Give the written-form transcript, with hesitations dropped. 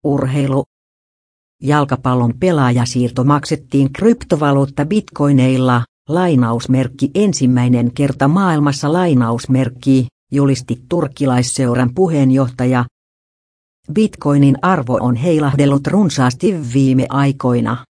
Urheilu. Jalkapallon pelaajasiirto maksettiin kryptovaluutta bitcoineilla, lainausmerkki ensimmäinen kerta maailmassa lainausmerkki, julisti turkkilaisseuran puheenjohtaja. Bitcoinin arvo on heilahdellut runsaasti viime aikoina.